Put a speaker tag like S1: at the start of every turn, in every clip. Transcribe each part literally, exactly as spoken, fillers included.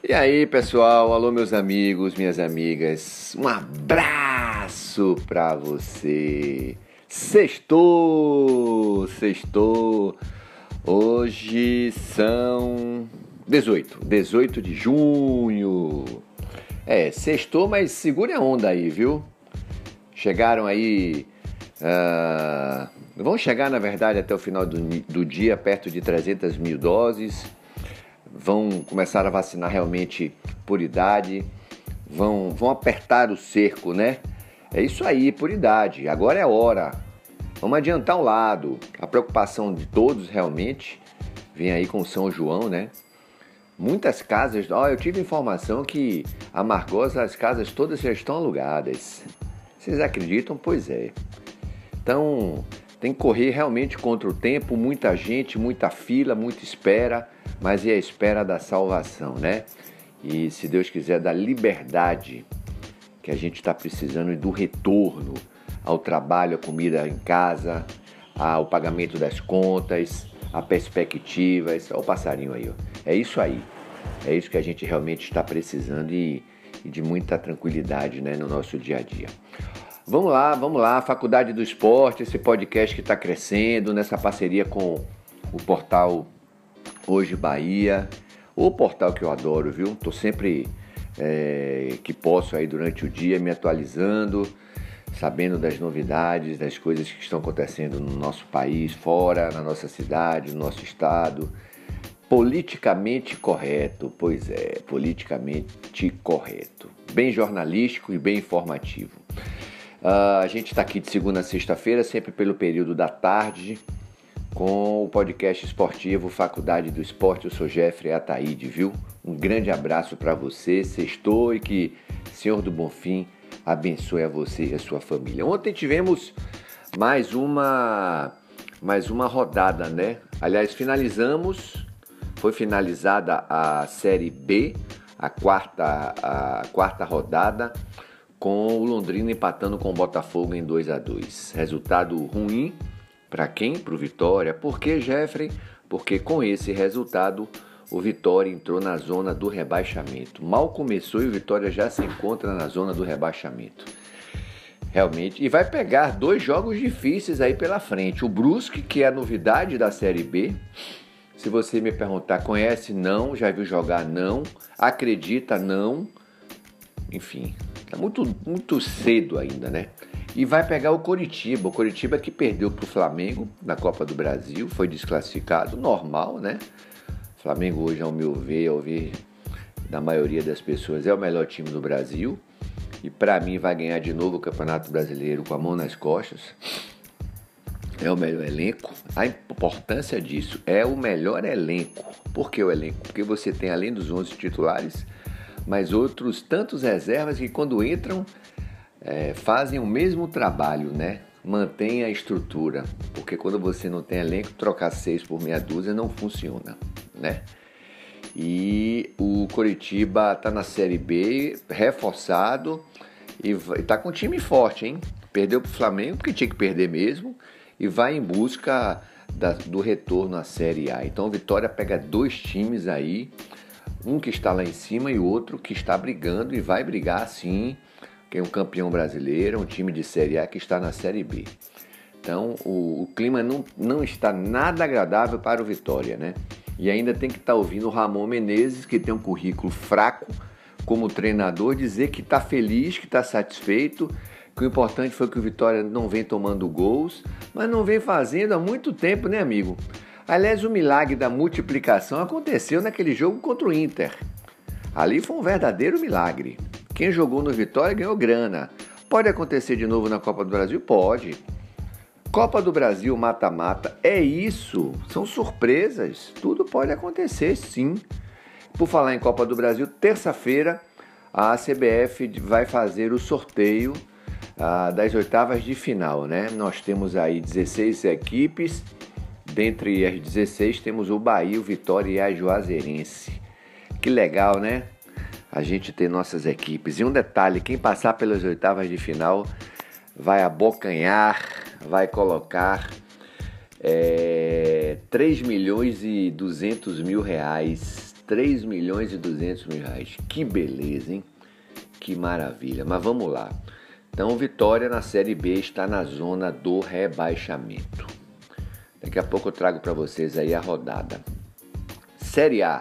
S1: E aí, pessoal, alô meus amigos, minhas amigas, um abraço pra você. Sextou, sextou. Hoje são dezoito, dezoito de junho. É, sextou, mas segure a onda aí, viu? Chegaram aí, uh, vão chegar na verdade até o final do, do dia perto de trezentas mil doses. Vão começar a vacinar realmente por idade, vão, vão apertar o cerco, né? É isso aí, por idade, agora é hora. Vamos adiantar o lado, a preocupação de todos realmente vem aí com São João, né? Muitas casas, ó, eu tive informação que a Margosa, as casas todas já estão alugadas. Vocês acreditam? Pois é. Então, tem que correr realmente contra o tempo, muita gente, muita fila, muita espera, mas é a espera da salvação, né? E se Deus quiser, da liberdade que a gente está precisando e do retorno ao trabalho, à comida em casa, ao pagamento das contas, a perspectivas. Olha o passarinho aí, ó. É isso aí. É isso que a gente realmente está precisando e, e de muita tranquilidade, né, no nosso dia a dia. Vamos lá, vamos lá, Faculdade do Esporte, esse podcast que está crescendo nessa parceria com o portal Hoje Bahia, o portal que eu adoro, viu? Estou sempre é, que posso aí durante o dia me atualizando, sabendo das novidades, das coisas que estão acontecendo no nosso país, fora, na nossa cidade, no nosso estado. Politicamente correto, pois é, politicamente correto. Bem jornalístico e bem informativo. Uh, a gente está aqui de segunda a sexta-feira, sempre pelo período da tarde, com o podcast esportivo Faculdade do Esporte. Eu sou Jeffrey Ataíde, viu? Um grande abraço para você, sextou, e que Senhor do Bonfim abençoe a você e a sua família. Ontem tivemos mais uma, mais uma rodada, né? Aliás, finalizamos, foi finalizada a Série B, a quarta, a quarta rodada, com o Londrina empatando com o Botafogo em dois a dois. Resultado ruim para quem? Para o Vitória. Por que, Jeffrey? Porque com esse resultado o Vitória entrou na zona do rebaixamento. Mal começou e o Vitória já se encontra na zona do rebaixamento. Realmente. E vai pegar dois jogos difíceis aí pela frente. O Brusque, que é a novidade da Série B. Se você me perguntar, conhece? Não. Já viu jogar? Não. Acredita? Não. Enfim, tá muito, muito cedo ainda, né? E vai pegar o Coritiba. O Coritiba que perdeu para o Flamengo na Copa do Brasil. Foi desclassificado. Normal, né? O Flamengo hoje, ao meu ver, ao ver da maioria das pessoas, é o melhor time do Brasil. E para mim vai ganhar de novo o Campeonato Brasileiro com a mão nas costas. É o melhor elenco. A importância disso é o melhor elenco. Por que o elenco? Porque você tem, além dos onze titulares, mas outros tantos reservas que quando entram é, fazem o mesmo trabalho, né? Mantém a estrutura. Porque quando você não tem elenco, trocar seis por meia dúzia não funciona, né? E o Coritiba está na Série B, reforçado, e está com um time forte, hein? Perdeu para o Flamengo, porque tinha que perder mesmo, e vai em busca da, do retorno à Série A. Então, Vitória pega dois times aí, um que está lá em cima e o outro que está brigando e vai brigar sim, que é um campeão brasileiro, um time de Série A que está na Série B. Então, o, o clima não, não está nada agradável para o Vitória, né? E ainda tem que estar ouvindo o Ramon Menezes, que tem um currículo fraco como treinador, dizer que está feliz, que está satisfeito, que o importante foi que o Vitória não vem tomando gols, mas não vem fazendo há muito tempo, né, amigo? Aliás, o milagre da multiplicação aconteceu naquele jogo contra o Inter. Ali foi um verdadeiro milagre. Quem jogou no Vitória ganhou grana. Pode acontecer de novo na Copa do Brasil? Pode. Copa do Brasil, mata-mata, é isso. São surpresas. Tudo pode acontecer, sim. Por falar em Copa do Brasil, terça-feira a C B F vai fazer o sorteio ah, das oitavas de final, né? Nós temos aí dezesseis equipes. Dentre as dezesseis temos o Bahia, o Vitória e a Juazeirense. Que legal, né? A gente ter nossas equipes. E um detalhe, quem passar pelas oitavas de final vai abocanhar, vai colocar é, três milhões e duzentos mil reais. três milhões e duzentos mil reais. Que beleza, hein? Que maravilha. Mas vamos lá. Então, Vitória na Série B está na zona do rebaixamento. Daqui a pouco eu trago para vocês aí a rodada. Série A.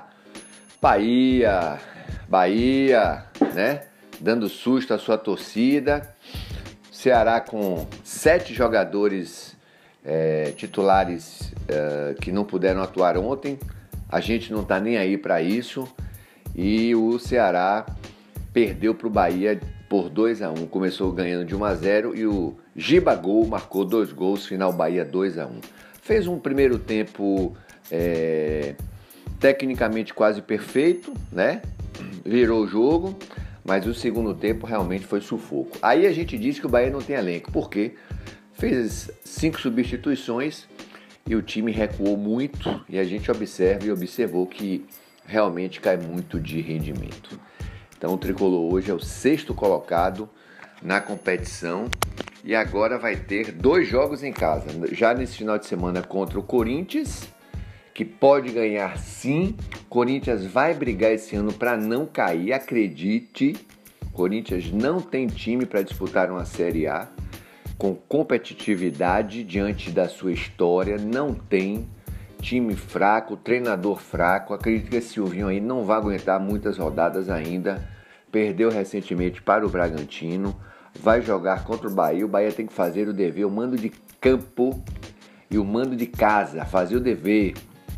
S1: Bahia, Bahia, né? Dando susto à sua torcida. Ceará com sete jogadores é, titulares é, que não puderam atuar ontem. A gente não está nem aí para isso. E o Ceará perdeu para o Bahia por dois a um. Começou ganhando de um a zero e o Gibagol marcou dois gols. Final Bahia dois a um. Fez um primeiro tempo é, tecnicamente quase perfeito, né? Virou o jogo. Mas o segundo tempo realmente foi sufoco. Aí a gente diz que o Bahia não tem elenco. Por quê? Fez cinco substituições e o time recuou muito. E a gente observa e observou que realmente cai muito de rendimento. Então o Tricolor hoje é o sexto colocado na competição. E agora vai ter dois jogos em casa. Já nesse final de semana contra o Corinthians, que pode ganhar sim. Corinthians vai brigar esse ano para não cair, acredite. Corinthians não tem time para disputar uma Série A com competitividade diante da sua história, não tem time fraco, treinador fraco. Acredito que esse Silvinho aí não vai aguentar muitas rodadas ainda. Perdeu recentemente para o Bragantino, vai jogar contra o Bahia. O Bahia tem que fazer o dever, o mando de campo e o mando de casa, fazer o dever.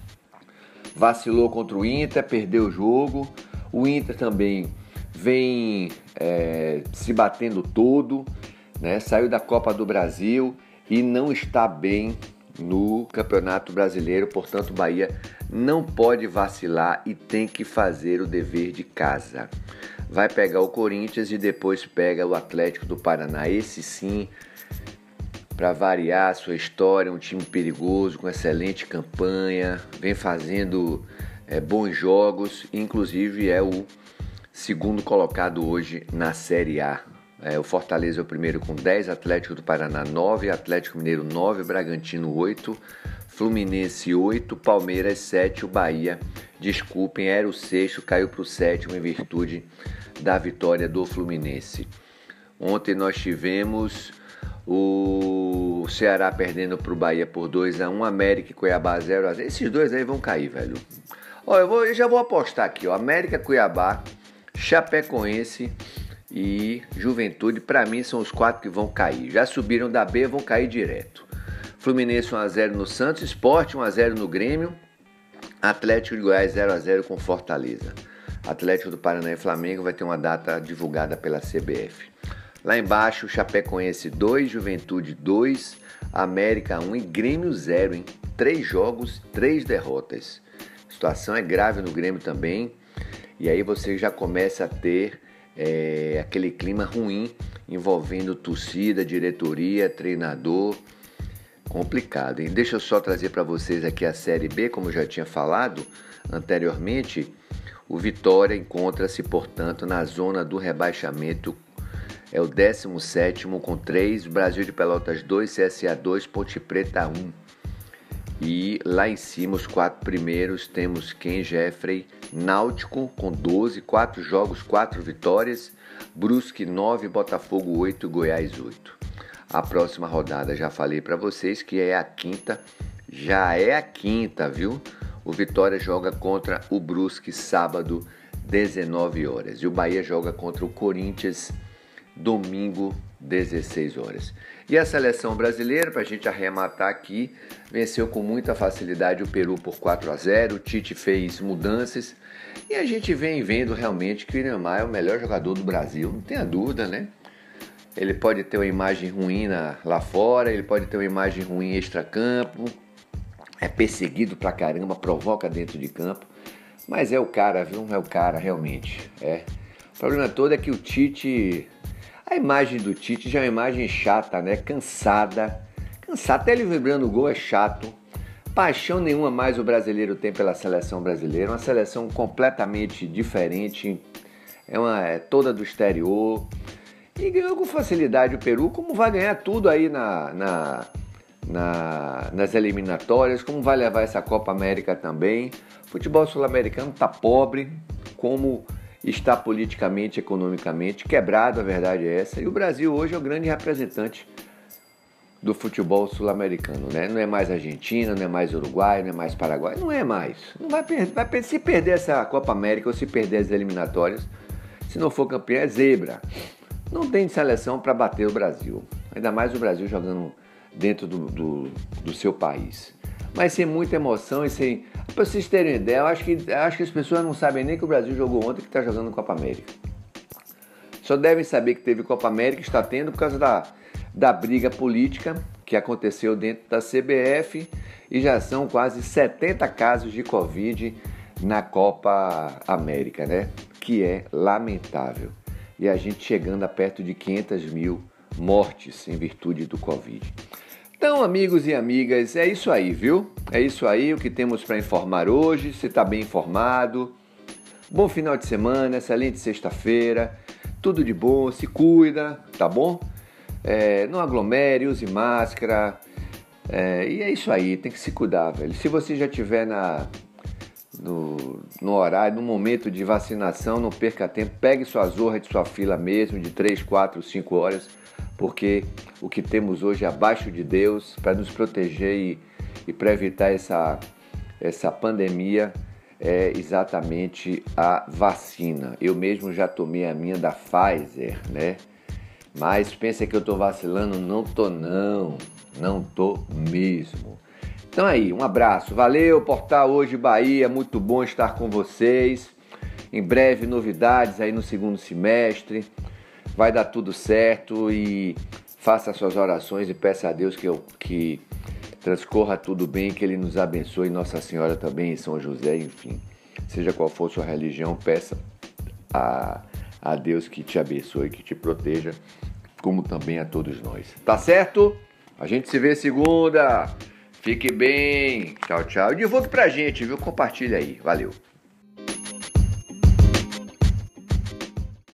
S1: Vacilou contra o Inter, perdeu o jogo. O Inter também vem é, se batendo todo, né? Saiu da Copa do Brasil e não está bem no Campeonato Brasileiro. Portanto, o Bahia não pode vacilar e tem que fazer o dever de casa. Vai pegar o Corinthians e depois pega o Atlético do Paraná. Esse sim, para variar a sua história, um time perigoso, com excelente campanha, vem fazendo é, bons jogos, inclusive é o segundo colocado hoje na Série A. É, o Fortaleza é o primeiro com dez, Atlético do Paraná nove, Atlético Mineiro nove, Bragantino oito, Fluminense oito, Palmeiras sete, o Bahia, desculpem, era o sexto, caiu para o sétimo em virtude da vitória do Fluminense. Ontem nós tivemos o Ceará perdendo para o Bahia por dois a um, América e Cuiabá zero a zero. Esses dois aí vão cair, velho. Ó, eu, vou, eu já vou apostar aqui, ó. América, Cuiabá, Chapecoense e Juventude, para mim são os quatro que vão cair. Já subiram da B, vão cair direto. Fluminense um a zero no Santos, Sport um a zero no Grêmio, Atlético de Goiás zero a zero com Fortaleza. Atlético do Paraná e Flamengo vai ter uma data divulgada pela C B F. Lá embaixo, Chapecoense dois, Juventude dois, América um e Grêmio zero, hein? Três jogos, três derrotas. A situação é grave no Grêmio também. E aí você já começa a ter é, aquele clima ruim envolvendo torcida, diretoria, treinador. Complicado, hein? Deixa eu só trazer para vocês aqui a Série B, como eu já tinha falado anteriormente. O Vitória encontra-se, portanto, na zona do rebaixamento. É o décimo sétimo com três, Brasil de Pelotas dois, C S A dois, Ponte Preta um. E lá em cima, os quatro primeiros, temos quem? Jeffrey, Náutico com doze, quatro jogos, quatro vitórias, Brusque nove, Botafogo oito, Goiás oito. A próxima rodada, já falei para vocês que é a quinta, já é a quinta, viu? O Vitória joga contra o Brusque sábado, dezenove horas. E o Bahia joga contra o Corinthians domingo, dezesseis horas. E a seleção brasileira, para a gente arrematar aqui, venceu com muita facilidade o Peru por quatro a zero. O Tite fez mudanças e a gente vem vendo realmente que o Neymar é o melhor jogador do Brasil, não tenha dúvida, né? Ele pode ter uma imagem ruim na, lá fora, ele pode ter uma imagem ruim extracampo, é perseguido pra caramba, provoca dentro de campo, mas é o cara, viu? É o cara, realmente. É. O problema todo é que o Tite... A imagem do Tite já é uma imagem chata, né? Cansada. Cansada. Até ele vibrando o gol é chato. Paixão nenhuma mais o brasileiro tem pela seleção brasileira. Uma seleção completamente diferente. É, uma, é toda do exterior. E ganhou com facilidade o Peru, como vai ganhar tudo aí na, na, na, nas eliminatórias, como vai levar essa Copa América também. O futebol sul-americano está pobre, como está politicamente, economicamente, quebrado, a verdade é essa. E o Brasil hoje é o grande representante do futebol sul-americano, né? Não é mais Argentina, não é mais Uruguai, não é mais Paraguai, não é mais. Não vai, per- vai per- se perder essa Copa América ou se perder as eliminatórias, se não for campeão, é zebra. Não tem seleção para bater o Brasil. Ainda mais o Brasil jogando dentro do, do, do seu país. Mas sem muita emoção e sem... Para vocês terem ideia, eu acho que, acho que as pessoas não sabem nem que o Brasil jogou ontem que está jogando Copa América. Só devem saber que teve Copa América, está tendo por causa da, da briga política que aconteceu dentro da C B F e já são quase setenta casos de Covid na Copa América, né? Que é lamentável. E a gente chegando a perto de quinhentas mil mortes em virtude do Covid. Então, amigos e amigas, é isso aí, viu? É isso aí o que temos para informar hoje. Você está bem informado. Bom final de semana, excelente sexta-feira. Tudo de bom, se cuida, tá bom? É, não aglomere, use máscara. É, e é isso aí, tem que se cuidar, velho. Se você já estiver na... No, no horário, no momento de vacinação, não perca tempo, pegue sua zorra de sua fila mesmo, de três, quatro, cinco horas, porque o que temos hoje é abaixo de Deus para nos proteger e, e para evitar essa, essa pandemia é exatamente a vacina. Eu mesmo já tomei a minha da Pfizer, né? Mas pensa que eu tô vacilando? Não tô não, não tô mesmo. Então aí, um abraço, valeu, Portal Hoje Bahia, muito bom estar com vocês. Em breve novidades aí no segundo semestre, vai dar tudo certo e faça suas orações e peça a Deus que, eu, que transcorra tudo bem, que Ele nos abençoe, Nossa Senhora também, São José, enfim. Seja qual for sua religião, peça a, a Deus que te abençoe, que te proteja, como também a todos nós. Tá certo? A gente se vê segunda. Fique bem. Tchau, tchau. Divulgue pra gente, viu? Compartilha aí. Valeu.